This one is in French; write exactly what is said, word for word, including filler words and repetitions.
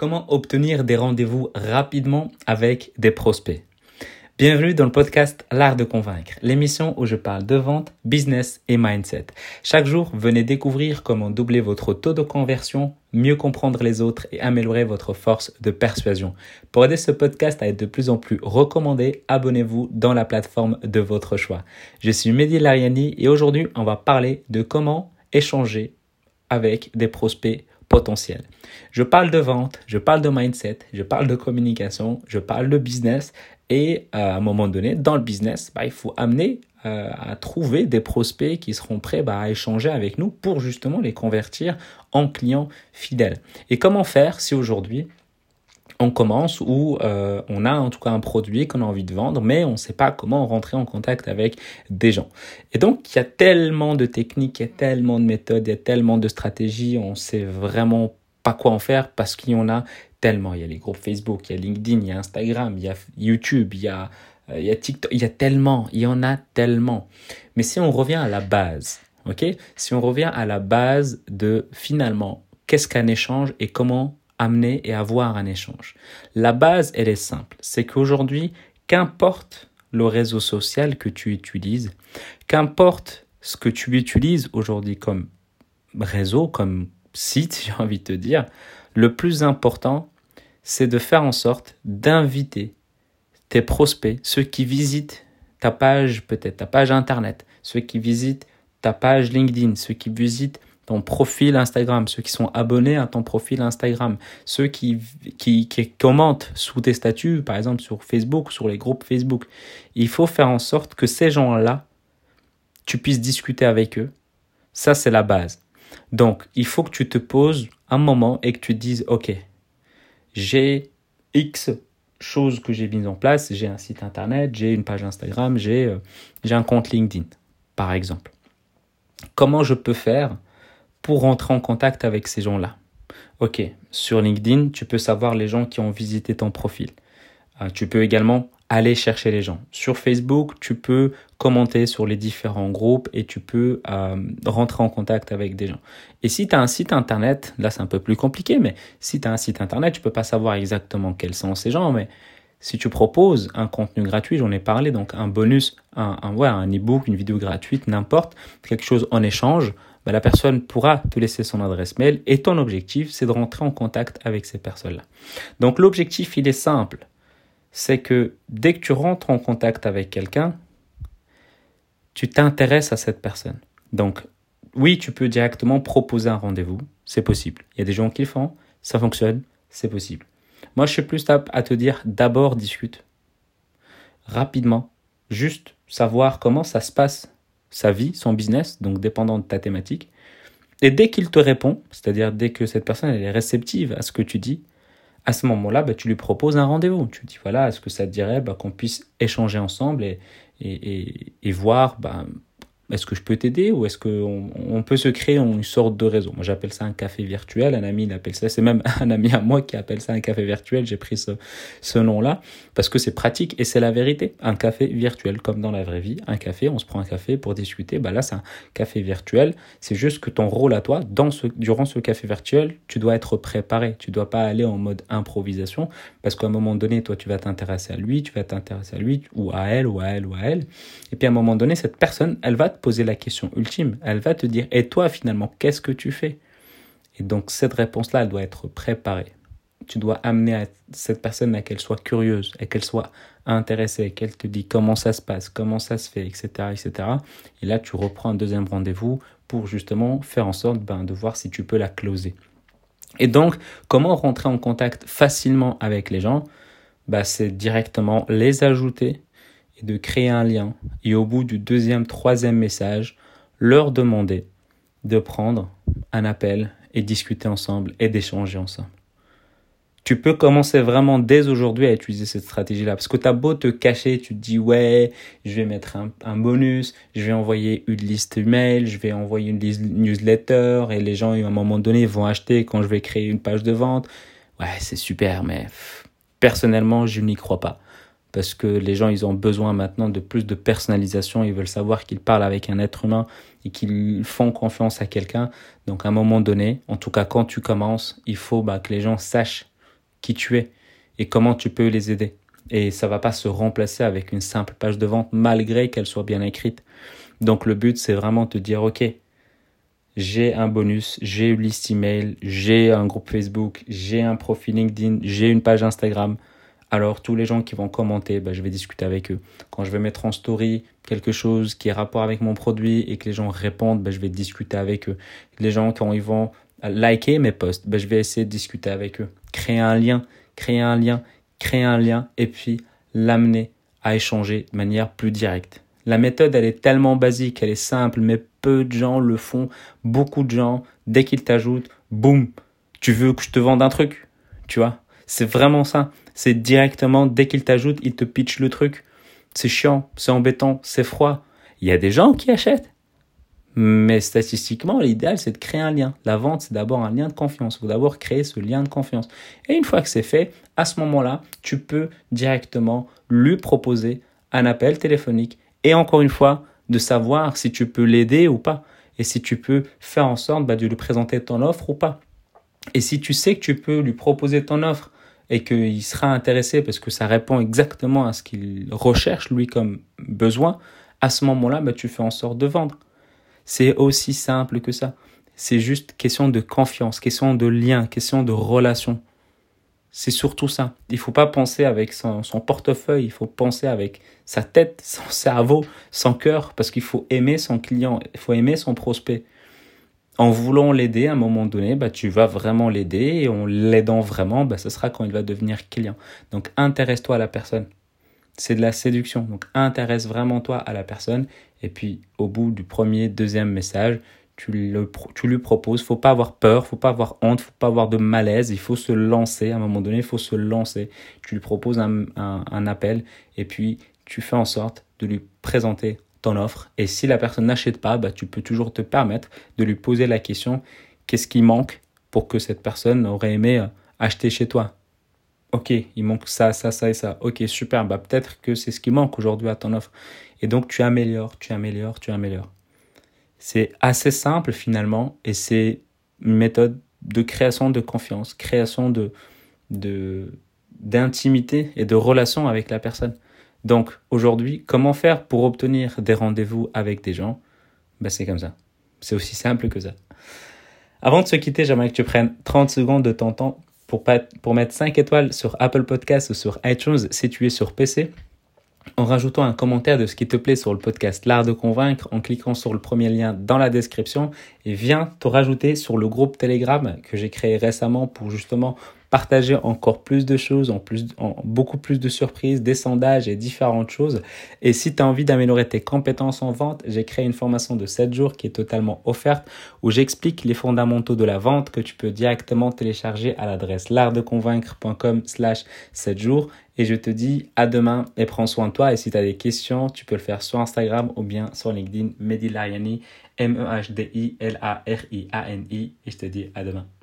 Comment obtenir des rendez-vous rapidement avec des prospects? Bienvenue dans le podcast L'Art de Convaincre, l'émission où je parle de vente, business et mindset. Chaque jour, venez découvrir comment doubler votre taux de conversion, mieux comprendre les autres et améliorer votre force de persuasion. Pour aider ce podcast à être de plus en plus recommandé, abonnez-vous dans la plateforme de votre choix. Je suis Mehdi Lariani et aujourd'hui, on va parler de comment échanger avec des prospects potentiels. Je parle de vente, je parle de mindset, je parle de communication, je parle de business et euh, à un moment donné, dans le business, bah, il faut amener euh, à trouver des prospects qui seront prêts bah, à échanger avec nous pour justement les convertir en clients fidèles. Et comment faire si aujourd'hui on commence ou euh, on a en tout cas un produit qu'on a envie de vendre, mais on ne sait pas comment rentrer en contact avec des gens. Et donc, il y a tellement de techniques, il y a tellement de méthodes, il y a tellement de stratégies, on ne sait vraiment pas quoi en faire parce qu'il y en a tellement. Il y a les groupes Facebook, il y a LinkedIn, il y a Instagram, il y a YouTube, il y a, euh, il y a TikTok, il y a tellement, il y en a tellement. Mais si on revient à la base, ok, si on revient à la base de finalement, qu'est-ce qu'un échange et comment amener et avoir un échange. La base, elle est simple. C'est qu'aujourd'hui, qu'importe le réseau social que tu utilises, qu'importe ce que tu utilises aujourd'hui comme réseau, comme site, j'ai envie de te dire, le plus important, c'est de faire en sorte d'inviter tes prospects, ceux qui visitent ta page, peut-être ta page Internet, ceux qui visitent ta page LinkedIn, ceux qui visitent ton profil Instagram, ceux qui sont abonnés à ton profil Instagram, ceux qui, qui, qui commentent sous tes statuts, par exemple sur Facebook, sur les groupes Facebook. Il faut faire en sorte que ces gens-là, tu puisses discuter avec eux. Ça, c'est la base. Donc, il faut que tu te poses un moment et que tu te dises, OK, j'ai X choses que j'ai mises en place, j'ai un site Internet, j'ai une page Instagram, j'ai, euh, j'ai un compte LinkedIn, par exemple. Comment je peux faire pour rentrer en contact avec ces gens-là? Ok, sur LinkedIn, tu peux savoir les gens qui ont visité ton profil. Euh, tu peux également aller chercher les gens. Sur Facebook, tu peux commenter sur les différents groupes et tu peux euh, rentrer en contact avec des gens. Et si tu as un site Internet, là c'est un peu plus compliqué, mais si tu as un site Internet, tu peux pas savoir exactement quels sont ces gens, mais si tu proposes un contenu gratuit, j'en ai parlé, donc un bonus, un, un, ouais, un e-book, une vidéo gratuite, n'importe, quelque chose en échange, bah, la personne pourra te laisser son adresse mail et ton objectif, c'est de rentrer en contact avec ces personnes-là. Donc l'objectif, il est simple. C'est que dès que tu rentres en contact avec quelqu'un, tu t'intéresses à cette personne. Donc oui, tu peux directement proposer un rendez-vous, c'est possible. Il y a des gens qui le font, ça fonctionne, c'est possible. Moi, je suis plus apte à te dire d'abord discute. Rapidement, juste savoir comment ça se passe, sa vie, son business, donc dépendant de ta thématique. Et dès qu'il te répond, c'est-à-dire dès que cette personne elle est réceptive à ce que tu dis, à ce moment-là, bah, tu lui proposes un rendez-vous. Tu dis, voilà, est-ce que ça te dirait bah, qu'on puisse échanger ensemble et, et, et, et voir, bah, est-ce que je peux t'aider ou est-ce qu'on on peut se créer une sorte de réseau? Moi, j'appelle ça un café virtuel. Un ami, il appelle ça, c'est même un ami à moi qui appelle ça un café virtuel. J'ai pris ce, ce nom-là parce que c'est pratique et c'est la vérité. Un café virtuel, comme dans la vraie vie. Un café, on se prend un café pour discuter. Bah là, c'est un café virtuel. C'est juste que ton rôle à toi, dans ce, durant ce café virtuel, tu dois être préparé. Tu dois pas aller en mode improvisation parce qu'à un moment donné, toi, tu vas t'intéresser à lui, tu vas t'intéresser à lui ou à elle ou à elle ou à elle. Et puis à un moment donné, cette personne, elle va te poser la question ultime. Elle va te dire, et toi finalement, qu'est-ce que tu fais? Et donc cette réponse-là, elle doit être préparée. Tu dois amener à cette personne à qu'elle soit curieuse, à qu'elle soit intéressée, qu'elle te dise comment ça se passe, comment ça se fait, et cetera, et cetera. Et là, tu reprends un deuxième rendez-vous pour justement faire en sorte ben, de voir si tu peux la closer. Et donc, comment rentrer en contact facilement avec les gens? Ben, c'est directement les ajouter et de créer un lien. Et au bout du deuxième, troisième message, leur demander de prendre un appel et discuter ensemble et d'échanger ensemble. Tu peux commencer vraiment dès aujourd'hui à utiliser cette stratégie-là. Parce que tu as beau te cacher, tu te dis « ouais, je vais mettre un, un bonus, je vais envoyer une liste email, je vais envoyer une liste newsletter et les gens, à un moment donné, vont acheter quand je vais créer une page de vente. » Ouais, c'est super, mais personnellement, je n'y crois pas. Parce que les gens, ils ont besoin maintenant de plus de personnalisation. Ils veulent savoir qu'ils parlent avec un être humain et qu'ils font confiance à quelqu'un. Donc, à un moment donné, en tout cas, quand tu commences, il faut bah, que les gens sachent qui tu es et comment tu peux les aider. Et ça ne va pas se remplacer avec une simple page de vente malgré qu'elle soit bien écrite. Donc le but, c'est vraiment de te dire, ok, j'ai un bonus, j'ai une liste email, j'ai un groupe Facebook, j'ai un profil LinkedIn, j'ai une page Instagram. Alors tous les gens qui vont commenter, bah, je vais discuter avec eux. Quand je vais mettre en story quelque chose qui est rapport avec mon produit et que les gens répondent, bah, je vais discuter avec eux. Les gens, quand ils vont liker mes posts, bah, je vais essayer de discuter avec eux. Créer un lien, créer un lien, créer un lien et puis l'amener à échanger de manière plus directe. La méthode, elle est tellement basique, elle est simple, mais peu de gens le font. Beaucoup de gens, dès qu'ils t'ajoutent, boum, tu veux que je te vende un truc, tu vois. C'est vraiment ça. C'est directement, dès qu'ils t'ajoutent, ils te pitchent le truc. C'est chiant, c'est embêtant, c'est froid. Il y a des gens qui achètent. Mais statistiquement, l'idéal, c'est de créer un lien. La vente, c'est d'abord un lien de confiance. Il faut d'abord créer ce lien de confiance. Et une fois que c'est fait, à ce moment-là, tu peux directement lui proposer un appel téléphonique. Et encore une fois, de savoir si tu peux l'aider ou pas. Et si tu peux faire en sorte bah, de lui présenter ton offre ou pas. Et si tu sais que tu peux lui proposer ton offre et qu'il sera intéressé parce que ça répond exactement à ce qu'il recherche, lui, comme besoin, à ce moment-là, bah, tu fais en sorte de vendre. C'est aussi simple que ça. C'est juste question de confiance, question de lien, question de relation. C'est surtout ça. Il ne faut pas penser avec son, son portefeuille, il faut penser avec sa tête, son cerveau, son cœur, parce qu'il faut aimer son client, il faut aimer son prospect. En voulant l'aider, à un moment donné, bah, tu vas vraiment l'aider et en l'aidant vraiment, bah, ce sera quand il va devenir client. Donc, intéresse-toi à la personne. C'est de la séduction. Donc, intéresse vraiment toi à la personne. Et puis, au bout du premier, deuxième message, tu, le, tu lui proposes. Il ne faut pas avoir peur, il ne faut pas avoir honte, il ne faut pas avoir de malaise. Il faut se lancer. À un moment donné, il faut se lancer. Tu lui proposes un, un, un appel et puis tu fais en sorte de lui présenter ton offre. Et si la personne n'achète pas, bah, tu peux toujours te permettre de lui poser la question « Qu'est-ce qui manque pour que cette personne aurait aimé acheter chez toi ?» Ok, il manque ça, ça, ça et ça. Ok, super. Bah, peut-être que c'est ce qui manque aujourd'hui à ton offre. Et donc, tu améliores, tu améliores, tu améliores. C'est assez simple finalement et c'est une méthode de création de confiance, création de, de, d'intimité et de relation avec la personne. Donc, aujourd'hui, comment faire pour obtenir des rendez-vous avec des gens ? Bah, c'est comme ça. C'est aussi simple que ça. Avant de se quitter, j'aimerais que tu prennes trente secondes de ton temps Pour, pas, pour mettre cinq étoiles sur Apple Podcasts ou sur iTunes si tu es sur P C, en rajoutant un commentaire de ce qui te plaît sur le podcast L'Art de Convaincre, en cliquant sur le premier lien dans la description et viens te rajouter sur le groupe Telegram que j'ai créé récemment pour justement partager encore plus de choses, en plus, en beaucoup plus de surprises, des sondages et différentes choses. Et si tu as envie d'améliorer tes compétences en vente, j'ai créé une formation de sept jours qui est totalement offerte où j'explique les fondamentaux de la vente que tu peux directement télécharger à l'adresse l'artdeconvaincre point com slash sept jours. Et je te dis à demain et prends soin de toi. Et si tu as des questions, tu peux le faire sur Instagram ou bien sur LinkedIn, Mehdi Lariani, M E H D I L A R I A N I. Et je te dis à demain.